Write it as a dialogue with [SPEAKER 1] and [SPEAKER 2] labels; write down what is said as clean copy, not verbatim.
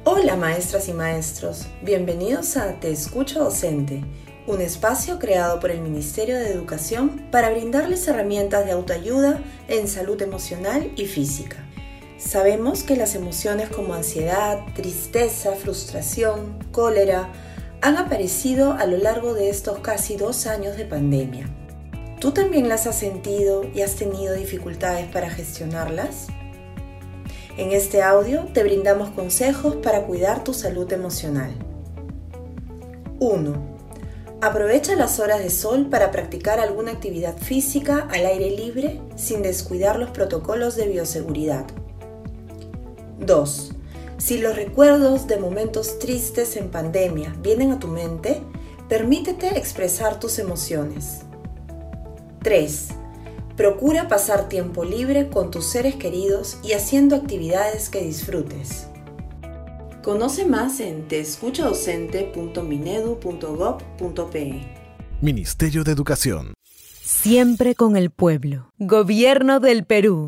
[SPEAKER 1] Hola maestras y maestros, bienvenidos a Te Escucho Docente, un espacio creado por el Ministerio de Educación para brindarles herramientas de autoayuda en salud emocional y física. Sabemos que las emociones como ansiedad, tristeza, frustración, cólera han aparecido a lo largo de estos casi 2 años de pandemia. ¿Tú también las has sentido y has tenido dificultades para gestionarlas? En este audio te brindamos consejos para cuidar tu salud emocional. 1. Aprovecha las horas de sol para practicar alguna actividad física al aire libre sin descuidar los protocolos de bioseguridad. 2. Si los recuerdos de momentos tristes en pandemia vienen a tu mente, permítete expresar tus emociones. 3. Procura pasar tiempo libre con tus seres queridos y haciendo actividades que disfrutes. Conoce más en teescuchodocente.minedu.gov.pe.
[SPEAKER 2] Ministerio de Educación.
[SPEAKER 3] Siempre con el pueblo. Gobierno del Perú.